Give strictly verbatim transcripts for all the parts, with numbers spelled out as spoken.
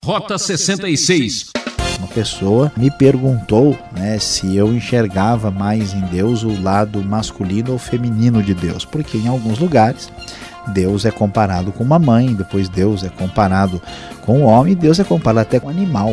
Rota sessenta e seis. Uma pessoa me perguntou, né, se eu enxergava mais em Deus o lado masculino ou feminino de Deus, porque em alguns lugares Deus é comparado com uma mãe, depois Deus é comparado com o homem, e Deus é comparado até com um animal.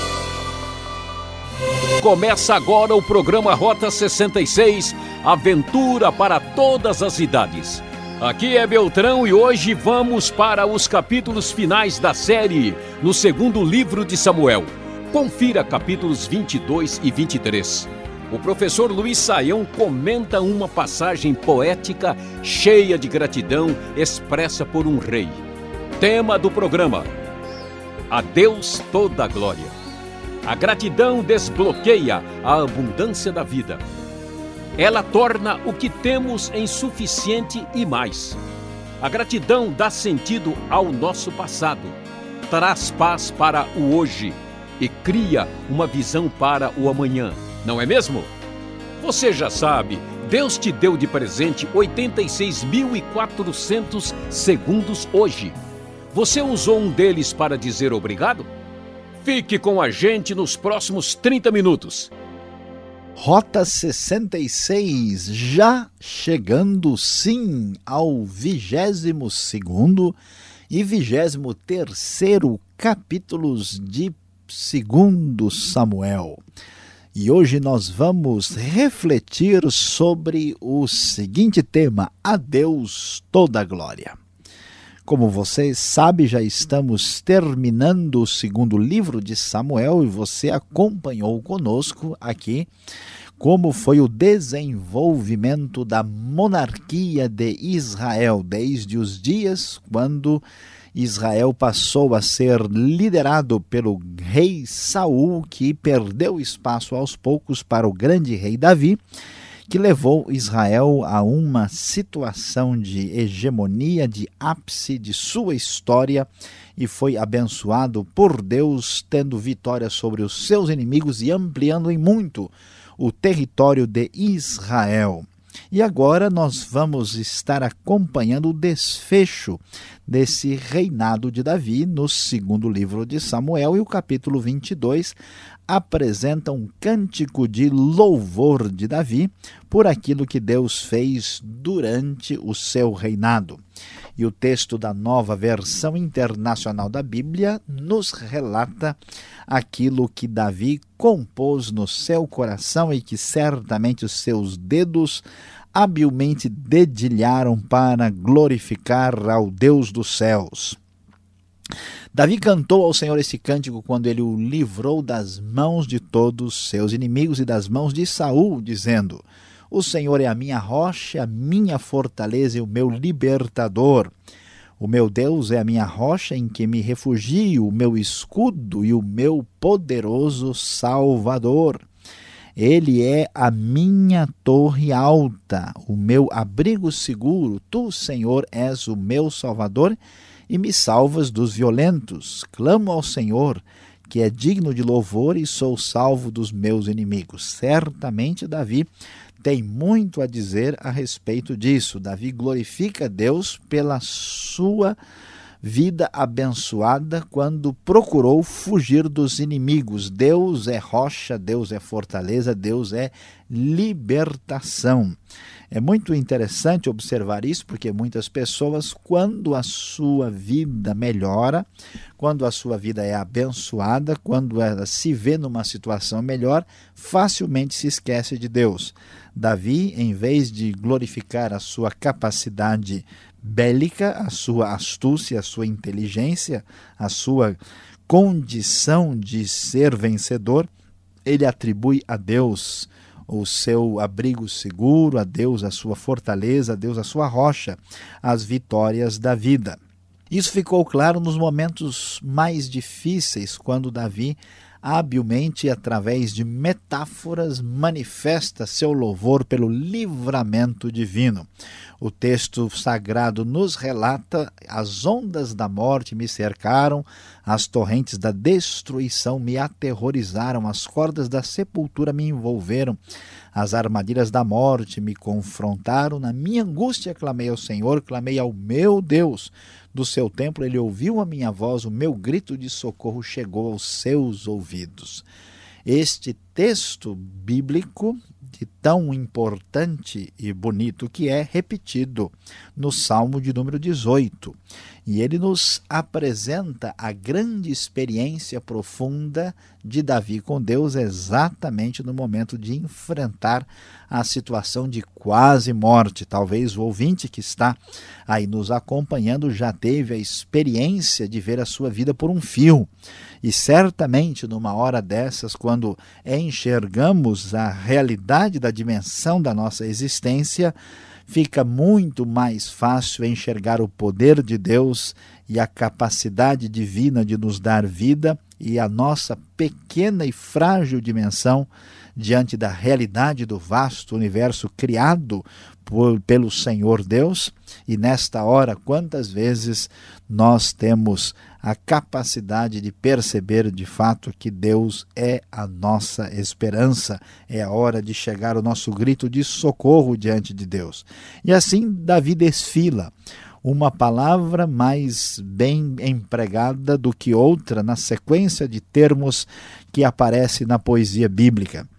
Começa agora o programa Rota sessenta e seis, aventura para todas as idades. Aqui é Beltrão e hoje vamos para os capítulos finais da série, no segundo livro de Samuel. Confira capítulos vinte e dois e vinte e três. O professor Luiz Saião comenta uma passagem poética cheia de gratidão expressa por um rei. Tema do programa: a Deus toda a glória. A gratidão desbloqueia a abundância da vida. Ela torna o que temos em suficiente e mais. A gratidão dá sentido ao nosso passado, traz paz para o hoje e cria uma visão para o amanhã, não é mesmo? Você já sabe, Deus te deu de presente oitenta e seis mil e quatrocentos segundos hoje. Você usou um deles para dizer obrigado? Fique com a gente nos próximos trinta minutos. Rota sessenta e seis, já chegando sim ao vigésimo segundo e vigésimo terceiro capítulos de segundo Samuel. E hoje nós vamos refletir sobre o seguinte tema: a Deus toda a glória. Como vocês sabem, já estamos terminando o segundo livro de Samuel e você acompanhou conosco aqui como foi o desenvolvimento da monarquia de Israel, desde os dias quando Israel passou a ser liderado pelo rei Saul, que perdeu espaço aos poucos para o grande rei Davi, que levou Israel a uma situação de hegemonia, de ápice de sua história, e foi abençoado por Deus, tendo vitória sobre os seus inimigos e ampliando em muito o território de Israel. E agora nós vamos estar acompanhando o desfecho desse reinado de Davi no segundo livro de Samuel, e o capítulo vinte e dois apresenta um cântico de louvor de Davi por aquilo que Deus fez durante o seu reinado. E o texto da Nova Versão Internacional da Bíblia nos relata aquilo que Davi compôs no seu coração e que certamente os seus dedos habilmente dedilharam para glorificar ao Deus dos céus. Davi cantou ao Senhor esse cântico quando ele o livrou das mãos de todos os seus inimigos e das mãos de Saul, dizendo: o Senhor é a minha rocha, a minha fortaleza e o meu libertador. O meu Deus é a minha rocha em que me refugio, o meu escudo e o meu poderoso Salvador. Ele é a minha torre alta, o meu abrigo seguro. Tu, Senhor, és o meu Salvador e me salvas dos violentos. Clamo ao Senhor, que é digno de louvor, e sou salvo dos meus inimigos. Certamente Davi tem muito a dizer a respeito disso. Davi glorifica Deus pela sua vida abençoada quando procurou fugir dos inimigos. Deus é rocha, Deus é fortaleza, Deus é libertação. É muito interessante observar isso, porque muitas pessoas, quando a sua vida melhora, quando a sua vida é abençoada, quando ela se vê numa situação melhor, facilmente se esquece de Deus. Davi, em vez de glorificar a sua capacidade bélica, a sua astúcia, a sua inteligência, a sua condição de ser vencedor, ele atribui a Deus o seu abrigo seguro, a Deus a sua fortaleza, a Deus a sua rocha, as vitórias da vida. Isso ficou claro nos momentos mais difíceis, quando Davi habilmente, através de metáforas, manifesta seu louvor pelo livramento divino. O texto sagrado nos relata: as ondas da morte me cercaram, as torrentes da destruição me aterrorizaram, as cordas da sepultura me envolveram, as armadilhas da morte me confrontaram. Na minha angústia clamei ao Senhor, clamei ao meu Deus. do seu templo, ele ouviu a minha voz, o meu grito de socorro chegou aos seus ouvidos. Este texto bíblico, de tão importante e bonito que é, repetido no Salmo de número dezoito. E ele nos apresenta a grande experiência profunda de Davi com Deus exatamente no momento de enfrentar a situação de quase morte. Talvez o ouvinte que está aí nos acompanhando já teve a experiência de ver a sua vida por um fio. E certamente numa hora dessas, quando enxergamos a realidade da dimensão da nossa existência, fica muito mais fácil enxergar o poder de Deus e a capacidade divina de nos dar vida e a nossa pequena e frágil dimensão diante da realidade do vasto universo criado por, pelo Senhor Deus. E nesta hora, quantas vezes nós temos a capacidade de perceber de fato que Deus é a nossa esperança, é a hora de chegar o nosso grito de socorro diante de Deus. E assim Davi desfila, uma palavra mais bem empregada do que outra na sequência de termos que aparece na poesia bíblica.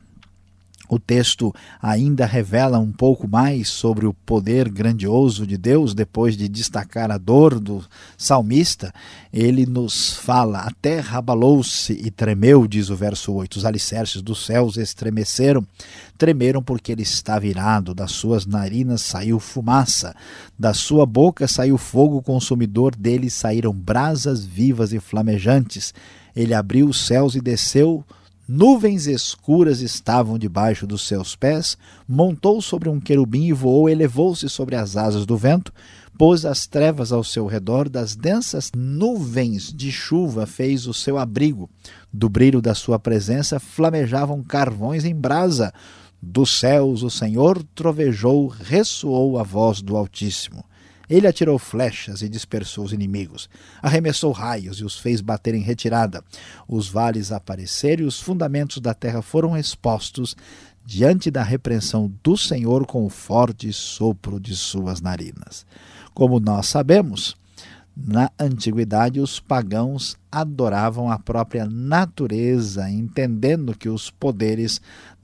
O texto ainda revela um pouco mais sobre o poder grandioso de Deus. Depois de destacar a dor do salmista, ele nos fala: a terra abalou-se e tremeu, diz o verso oito. Os alicerces dos céus estremeceram, tremeram porque ele estava irado, das suas narinas saiu fumaça, da sua boca saiu fogo consumidor, dele saíram brasas vivas e flamejantes. Ele abriu os céus e desceu, nuvens escuras estavam debaixo dos seus pés, montou sobre um querubim e voou, elevou-se sobre as asas do vento, pôs as trevas ao seu redor, das densas nuvens de chuva fez o seu abrigo, do brilho da sua presença flamejavam carvões em brasa, dos céus o Senhor trovejou, ressoou a voz do Altíssimo. Ele atirou flechas e dispersou os inimigos, arremessou raios e os fez bater em retirada. Os vales apareceram e os fundamentos da terra foram expostos diante da repreensão do Senhor com o forte sopro de suas narinas. Como nós sabemos, na antiguidade os pagãos adoravam a própria natureza, entendendo que os poderes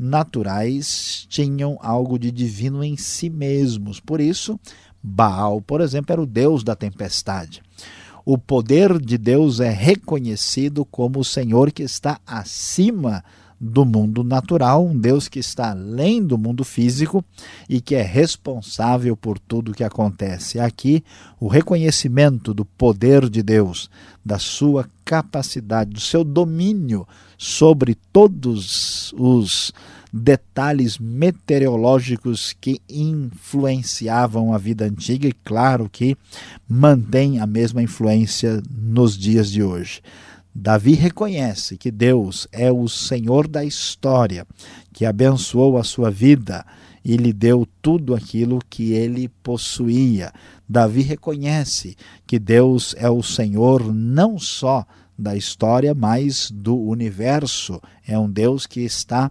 naturais tinham algo de divino em si mesmos. Por isso, Baal, por exemplo, era o deus da tempestade. O poder de Deus é reconhecido como o Senhor que está acima do mundo natural, um Deus que está além do mundo físico e que é responsável por tudo o que acontece. Aqui, o reconhecimento do poder de Deus, da sua capacidade, do seu domínio sobre todos os detalhes meteorológicos que influenciavam a vida antiga e, claro, que mantém a mesma influência nos dias de hoje. Davi reconhece que Deus é o Senhor da história, que abençoou a sua vida e lhe deu tudo aquilo que ele possuía. Davi reconhece que Deus é o Senhor não só da história, mas do universo. É um Deus que está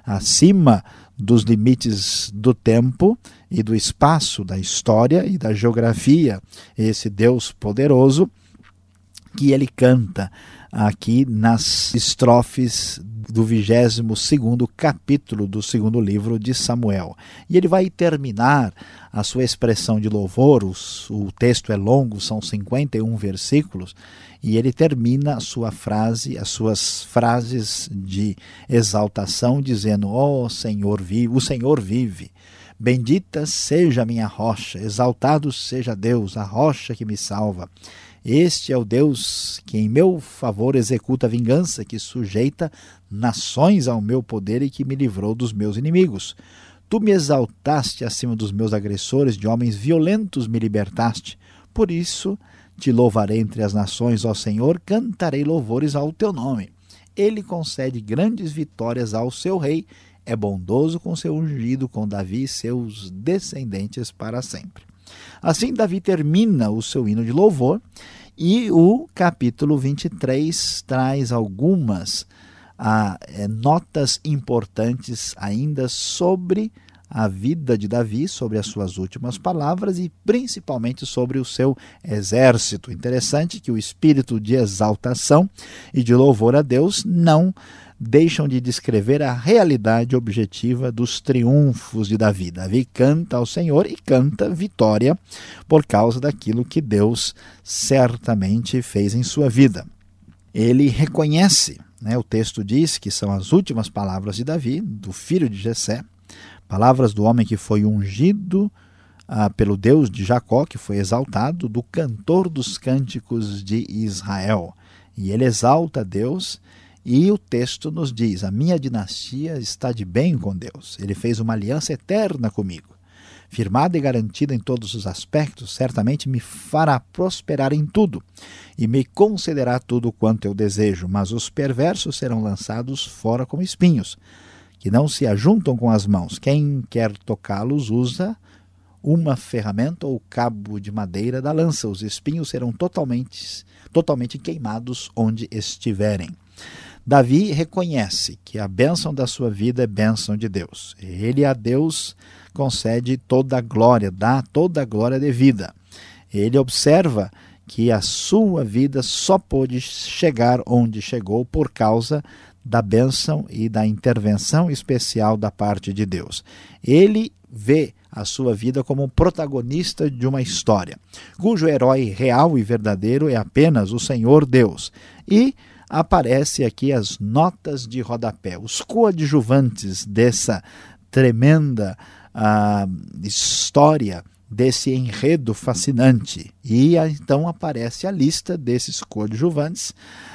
acima dos limites do tempo e do espaço, da história e da geografia. Esse Deus poderoso que ele canta aqui nas estrofes do vigésimo segundo capítulo do segundo livro de Samuel. E ele vai terminar a sua expressão de louvor, os, o texto é longo, são cinquenta e um versículos, e ele termina a sua frase, as suas frases de exaltação, dizendo: ó Senhor vive, o Senhor vive, bendita seja a minha rocha, exaltado seja Deus, a rocha que me salva. Este é o Deus que em meu favor executa a vingança, que sujeita nações ao meu poder e que me livrou dos meus inimigos. Tu me exaltaste acima dos meus agressores, de homens violentos me libertaste. Por isso te louvarei entre as nações, ó Senhor, cantarei louvores ao teu nome. Ele concede grandes vitórias ao seu rei, é bondoso com seu ungido, com Davi e seus descendentes para sempre. Assim, Davi termina o seu hino de louvor e o capítulo vinte e três traz algumas ah, é, notas importantes ainda sobre a vida de Davi, sobre as suas últimas palavras e principalmente sobre o seu exército. Interessante que o espírito de exaltação e de louvor a Deus não deixam de descrever a realidade objetiva dos triunfos de Davi. Davi canta ao Senhor e canta vitória por causa daquilo que Deus certamente fez em sua vida. Ele reconhece, né, o texto diz que são as últimas palavras de Davi, do filho de Jessé, palavras do homem que foi ungido ah, pelo Deus de Jacó, que foi exaltado, do cantor dos cânticos de Israel. E ele exalta Deus. E o texto nos diz, a minha dinastia está de bem com Deus. Ele fez uma aliança eterna comigo. Firmada e garantida em todos os aspectos, certamente me fará prosperar em tudo e me concederá tudo quanto eu desejo. Mas os perversos serão lançados fora como espinhos, que não se ajuntam com as mãos. Quem quer tocá-los usa uma ferramenta ou cabo de madeira da lança. Os espinhos serão totalmente, totalmente queimados onde estiverem. Davi reconhece que a bênção da sua vida é bênção de Deus. Ele a Deus concede toda a glória, dá toda a glória devida. Ele observa que a sua vida só pôde chegar onde chegou por causa da bênção e da intervenção especial da parte de Deus. Ele vê a sua vida como protagonista de uma história, cujo herói real e verdadeiro é apenas o Senhor Deus. E aparece aqui as notas de rodapé, os coadjuvantes dessa tremenda uh, história, desse enredo fascinante. E então aparece a lista desses coadjuvantes,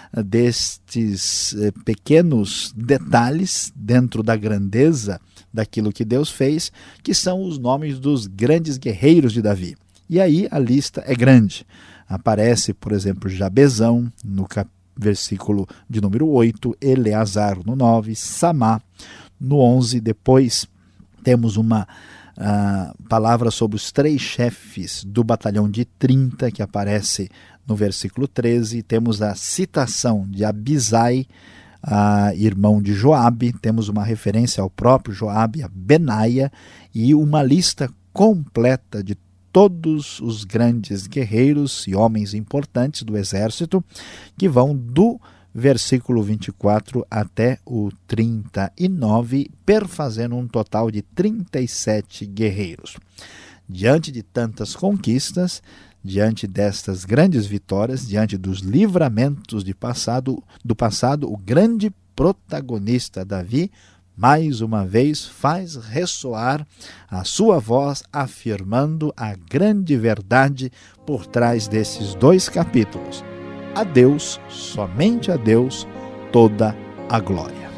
destes eh, pequenos detalhes dentro da grandeza daquilo que Deus fez, que são os nomes dos grandes guerreiros de Davi. E aí a lista é grande. Aparece, por exemplo, Jabezão, no capítulo versículo de número oito, Eleazar no nove, Samá no onze. Depois temos uma uh, palavra sobre os três chefes do batalhão de trinta, que aparece no versículo treze. Temos a citação de Abisai, uh, irmão de Joabe. Temos uma referência ao próprio Joabe, a Benaia, e uma lista completa de todos os grandes guerreiros e homens importantes do exército, que vão do versículo vinte e quatro até o trinta e nove, perfazendo um total de trinta e sete guerreiros. Diante de tantas conquistas, diante destas grandes vitórias, diante dos livramentos de passado, do passado, o grande protagonista Davi mais uma vez faz ressoar a sua voz, afirmando a grande verdade por trás desses dois capítulos. A Deus, somente a Deus, toda a glória.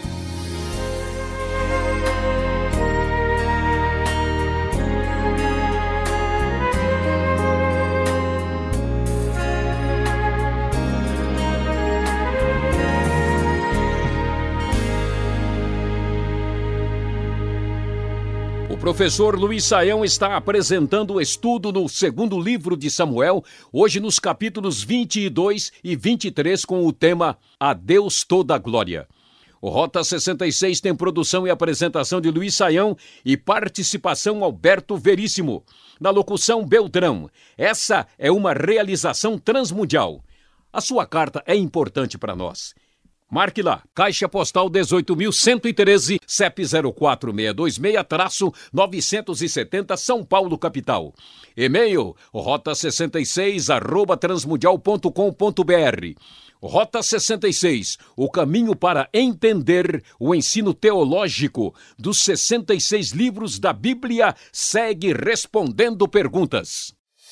O professor Luiz Saião está apresentando o estudo no segundo livro de Samuel, hoje nos capítulos vinte e dois e vinte e três, com o tema A Deus toda a glória. O Rota sessenta e seis tem produção e apresentação de Luiz Saião e participação Alberto Veríssimo. Na locução, Beltrão. Essa é uma realização transmundial. A sua carta é importante para nós. Marque lá, Caixa Postal dezoito mil cento e treze, C E P zero quatro seis dois seis, novecentos e setenta, São Paulo, capital. E-mail, rota sessenta e seis, arroba transmundial ponto com ponto br. Rota sessenta e seis, o caminho para entender o ensino teológico dos sessenta e seis livros da Bíblia, segue respondendo perguntas.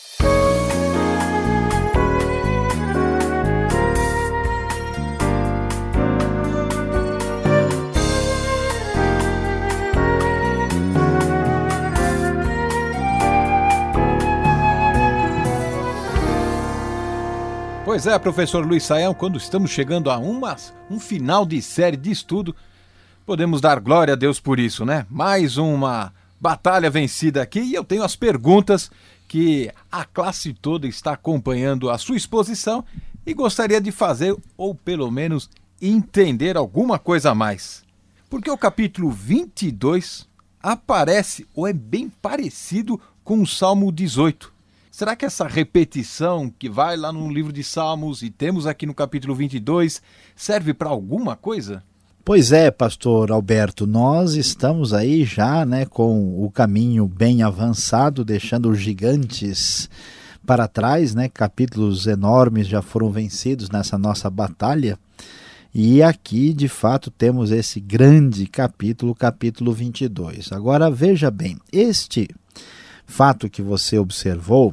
Pois é, professor Luiz Saião, quando estamos chegando a uma, um final de série de estudo, podemos dar glória a Deus por isso, né? Mais uma batalha vencida aqui, e eu tenho as perguntas que a classe toda está acompanhando a sua exposição e gostaria de fazer, ou pelo menos entender alguma coisa a mais. Porque o capítulo vinte e dois aparece ou é bem parecido com o Salmo dezoito. Será que essa repetição que vai lá no livro de Salmos e temos aqui no capítulo vinte e dois serve para alguma coisa? Pois é, pastor Alberto, nós estamos aí já, né, com o caminho bem avançado, deixando os gigantes para trás, né, capítulos enormes já foram vencidos nessa nossa batalha, e aqui de fato temos esse grande capítulo, capítulo vinte e dois. Agora veja bem, este fato que você observou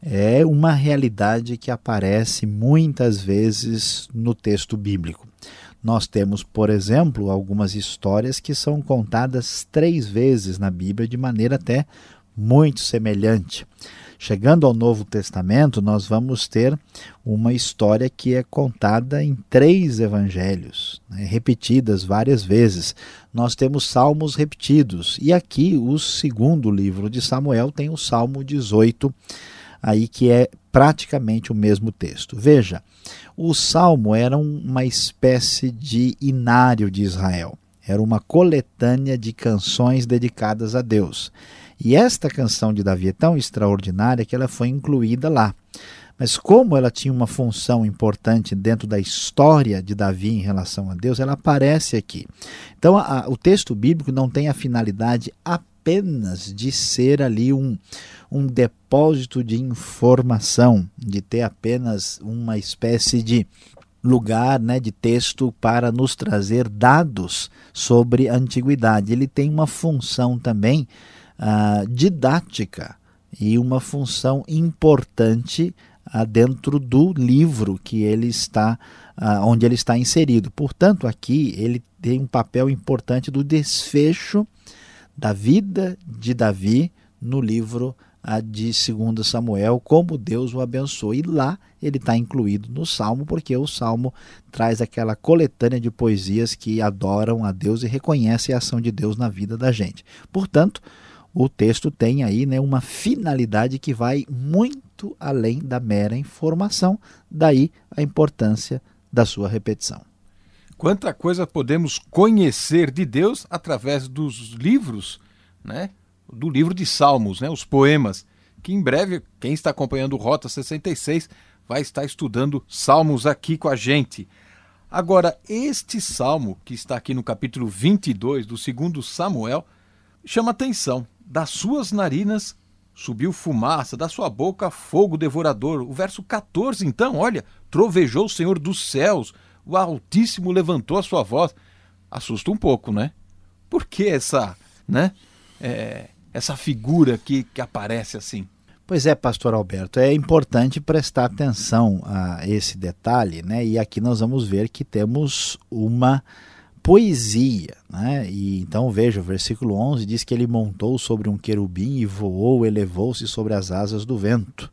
é uma realidade que aparece muitas vezes no texto bíblico. Nós temos, por exemplo, algumas histórias que são contadas três vezes na Bíblia de maneira até muito semelhante. Chegando ao Novo Testamento, nós vamos ter uma história que é contada em três evangelhos, né, repetidas várias vezes. Nós temos salmos repetidos, e aqui o segundo livro de Samuel tem o Salmo dezoito, aí que é praticamente o mesmo texto. Veja, o Salmo era uma espécie de inário de Israel. Era uma coletânea de canções dedicadas a Deus. E esta canção de Davi é tão extraordinária que ela foi incluída lá. Mas como ela tinha uma função importante dentro da história de Davi em relação a Deus, ela aparece aqui. Então a, o texto bíblico não tem a finalidade apenas de ser ali um, um depósito de informação, de ter apenas uma espécie de lugar, né, de texto para nos trazer dados sobre a antiguidade. Ele tem uma função também uh, didática e uma função importante uh, dentro do livro que ele está, uh, onde ele está inserido. Portanto, aqui ele tem um papel importante do desfecho da vida de Davi no livro uh, de segundo Samuel, como Deus o abençoou. E lá ele está incluído no Salmo, porque o Salmo traz aquela coletânea de poesias que adoram a Deus e reconhecem a ação de Deus na vida da gente. Portanto, o texto tem aí, né, uma finalidade que vai muito além da mera informação, daí a importância da sua repetição. Quanta coisa podemos conhecer de Deus através dos livros, né? Do livro de Salmos, né? Os poemas, que em breve, quem está acompanhando o Rota sessenta e seis vai estar estudando Salmos aqui com a gente. Agora, este Salmo, que está aqui no capítulo vinte e dois do segundo Samuel, chama atenção. Das suas narinas subiu fumaça, da sua boca fogo devorador. O verso quatorze, então, olha, trovejou o Senhor dos céus, o Altíssimo levantou a sua voz. Assusta um pouco, né? Por que essa, né, é, essa figura que, que aparece assim? Pois é, pastor Alberto, é importante prestar atenção a esse detalhe, né? E aqui nós vamos ver que temos uma poesia, né? E então veja, o versículo onze diz que ele montou sobre um querubim e voou, elevou-se sobre as asas do vento.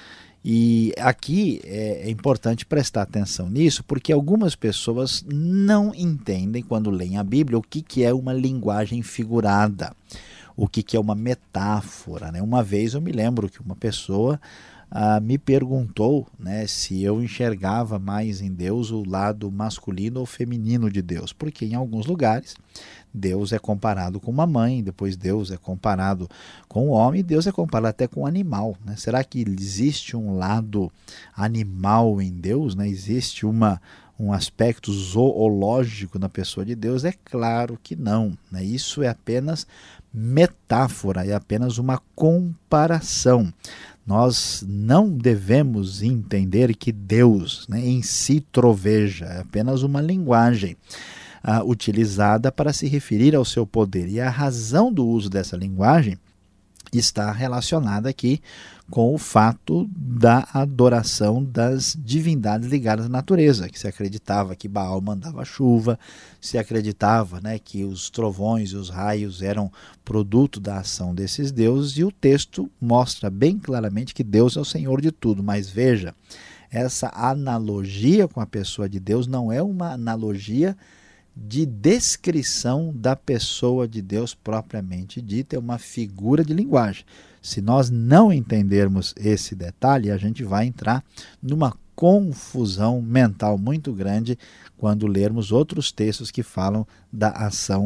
E aqui é, é importante prestar atenção nisso, porque algumas pessoas não entendem, quando leem a Bíblia, o que, que é uma linguagem figurada, o que, que é uma metáfora, né? Uma vez eu me lembro que uma pessoa ah, me perguntou, né, se eu enxergava mais em Deus o lado masculino ou feminino de Deus, porque em alguns lugares Deus é comparado com uma mãe, depois Deus é comparado com o homem, e Deus é comparado até com o animal, né? Será que existe um lado animal em Deus, né? Existe uma, um aspecto zoológico na pessoa de Deus? É claro que não, né? Isso é apenas metáfora, é apenas uma comparação. Nós não devemos entender que Deus, né, em si troveja, é apenas uma linguagem Uh, utilizada para se referir ao seu poder. E a razão do uso dessa linguagem está relacionada aqui com o fato da adoração das divindades ligadas à natureza, que se acreditava que Baal mandava chuva, se acreditava, né, que os trovões e os raios eram produto da ação desses deuses, e o texto mostra bem claramente que Deus é o Senhor de tudo. Mas veja, essa analogia com a pessoa de Deus não é uma analogia de descrição da pessoa de Deus propriamente dita, é uma figura de linguagem. Se nós não entendermos esse detalhe, a gente vai entrar numa confusão mental muito grande quando lermos outros textos que falam da ação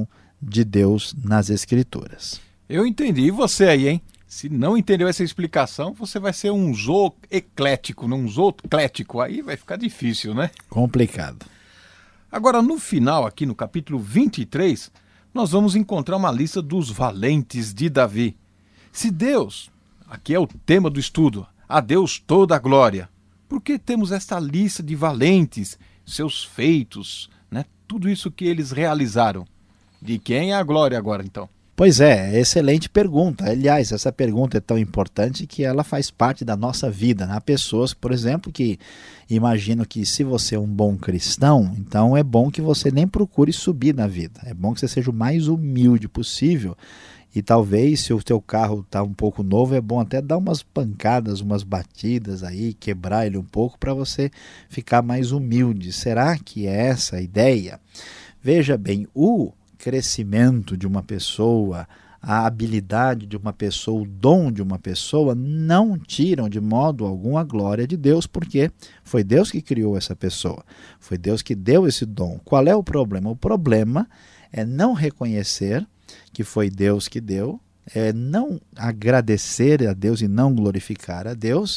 de Deus nas Escrituras. Eu entendi. E você aí, hein? Se não entendeu essa explicação, você vai ser um zooclético, não um zooclético. Aí vai ficar difícil, né? Complicado. Agora, no final, aqui no capítulo vinte e três, nós vamos encontrar uma lista dos valentes de Davi. Se Deus, aqui é o tema do estudo, a Deus toda a glória, por que temos esta lista de valentes, seus feitos, né? Tudo isso que eles realizaram? De quem é a glória agora, então? Pois é, excelente pergunta. Aliás, essa pergunta é tão importante que ela faz parte da nossa vida. Há pessoas, por exemplo, que imaginam que se você é um bom cristão, então é bom que você nem procure subir na vida. É bom que você seja o mais humilde possível. E talvez, se o teu carro está um pouco novo, é bom até dar umas pancadas, umas batidas aí, quebrar ele um pouco para você ficar mais humilde. Será que é essa a ideia? Veja bem, o crescimento de uma pessoa, a habilidade de uma pessoa, o dom de uma pessoa, não tiram de modo algum a glória de Deus, porque foi Deus que criou essa pessoa, foi Deus que deu esse dom. Qual é o problema? O problema é não reconhecer que foi Deus que deu, é não agradecer a Deus e não glorificar a Deus,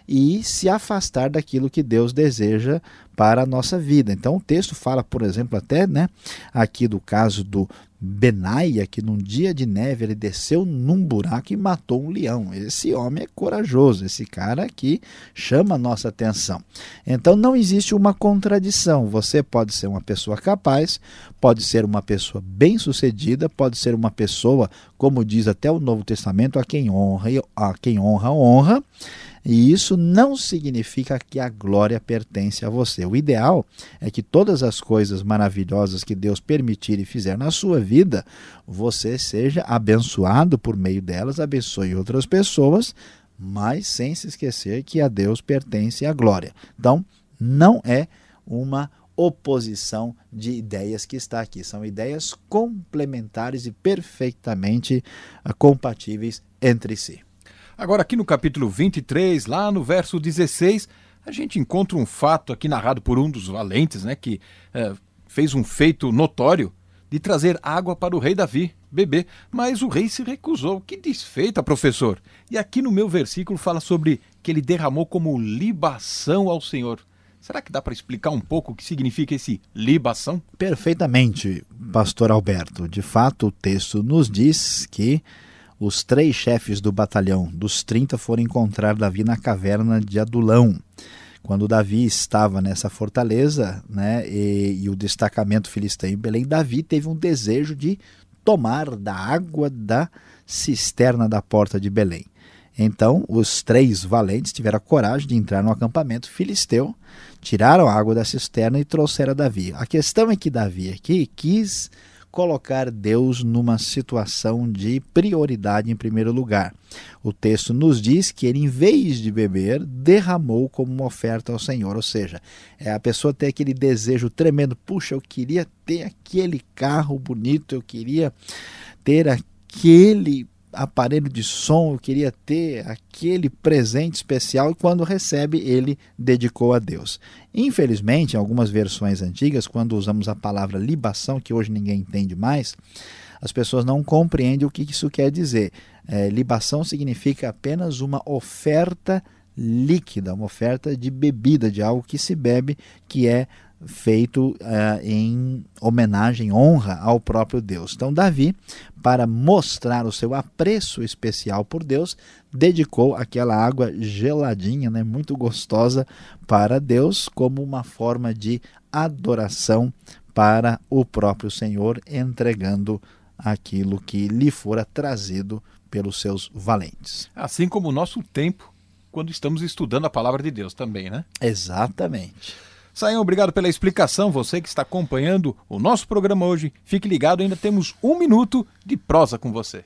e se afastar daquilo que Deus deseja para a nossa vida. Então o texto fala, por exemplo, até né, aqui do caso do Benaia, que num dia de neve ele desceu num buraco e matou um leão. Esse homem é corajoso, esse cara aqui chama a nossa atenção. Então não existe uma contradição. Você pode ser uma pessoa capaz, pode ser uma pessoa bem-sucedida, pode ser uma pessoa, como diz até o Novo Testamento, a quem honra, a quem honra, honra. E isso não significa que a glória pertence a você. O ideal é que todas as coisas maravilhosas que Deus permitir e fizer na sua vida, você seja abençoado por meio delas, abençoe outras pessoas, mas sem se esquecer que a Deus pertence a glória. Então, não é uma oposição de ideias que está aqui. São ideias complementares e perfeitamente uh, compatíveis entre si. Agora aqui no capítulo vinte e três, lá no verso dezesseis, a gente encontra um fato aqui narrado por um dos valentes, né, que é, fez um feito notório de trazer água para o rei Davi beber, mas o rei se recusou. Que desfeita, professor! E aqui no meu versículo fala sobre que ele derramou como libação ao Senhor. Será que dá para explicar um pouco o que significa esse libação? Perfeitamente, pastor Alberto. De fato, o texto nos diz que os três chefes do batalhão dos trinta foram encontrar Davi na caverna de Adulão. Quando Davi estava nessa fortaleza, né, e, e o destacamento filisteu em Belém, Davi teve um desejo de tomar da água da cisterna da porta de Belém. Então, os três valentes tiveram a coragem de entrar no acampamento filisteu, tiraram a água da cisterna e trouxeram a Davi. A questão é que Davi aqui quis colocar Deus numa situação de prioridade em primeiro lugar. O texto nos diz que ele, em vez de beber, derramou como uma oferta ao Senhor. Ou seja, é a pessoa ter aquele desejo tremendo. Puxa, eu queria ter aquele carro bonito, eu queria ter aquele aparelho de som, eu queria ter aquele presente especial, e quando recebe, ele dedicou a Deus. Infelizmente, em algumas versões antigas, quando usamos a palavra libação, que hoje ninguém entende mais, as pessoas não compreendem o que isso quer dizer. É, libação significa apenas uma oferta líquida, uma oferta de bebida, de algo que se bebe, que é feito uh, em homenagem, honra ao próprio Deus. Então Davi, para mostrar o seu apreço especial por Deus, dedicou aquela água geladinha, né, muito gostosa para Deus, como uma forma de adoração para o próprio Senhor, entregando aquilo que lhe fora trazido pelos seus valentes. Assim como o nosso tempo, quando estamos estudando a palavra de Deus também, né? Exatamente. Saião, obrigado pela explicação. Você que está acompanhando o nosso programa hoje, fique ligado, ainda temos um minuto de prosa com você.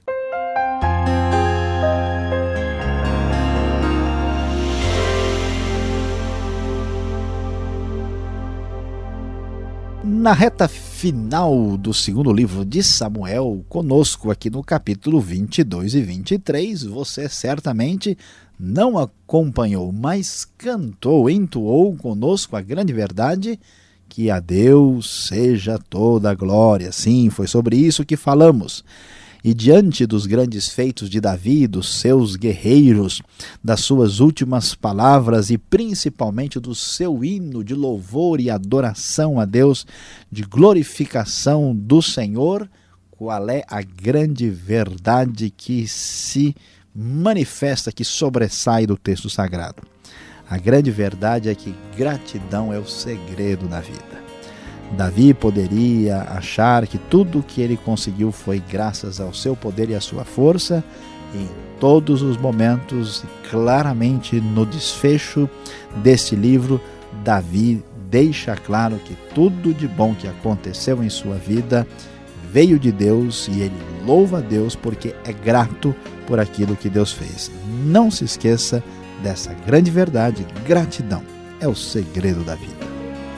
Na reta final do segundo livro de Samuel, conosco aqui no capítulo vinte e dois e vinte e três, você certamente não acompanhou, mas cantou, entoou conosco a grande verdade que a Deus seja toda a glória. Sim, foi sobre isso que falamos. E diante dos grandes feitos de Davi, dos seus guerreiros, das suas últimas palavras e principalmente do seu hino de louvor e adoração a Deus, de glorificação do Senhor, qual é a grande verdade que se manifesta, que sobressai do texto sagrado? A grande verdade é que gratidão é o segredo da vida. Davi poderia achar que tudo o que ele conseguiu foi graças ao seu poder e à sua força, e em todos os momentos, e claramente no desfecho deste livro, Davi deixa claro que tudo de bom que aconteceu em sua vida veio de Deus, e ele louva a Deus porque é grato por aquilo que Deus fez. Não se esqueça dessa grande verdade: gratidão é o segredo da vida.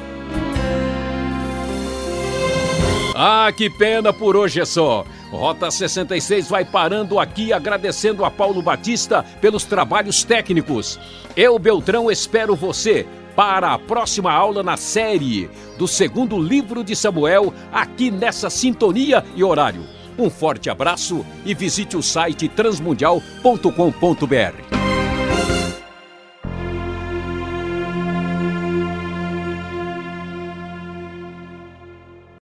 Ah, que pena, por hoje é só. Rota sessenta e seis vai parando aqui, agradecendo a Paulo Batista pelos trabalhos técnicos. Eu, Beltrão, espero você para a próxima aula na série do segundo livro de Samuel, aqui nessa sintonia e horário. Um forte abraço e visite o site transmundial ponto com ponto br.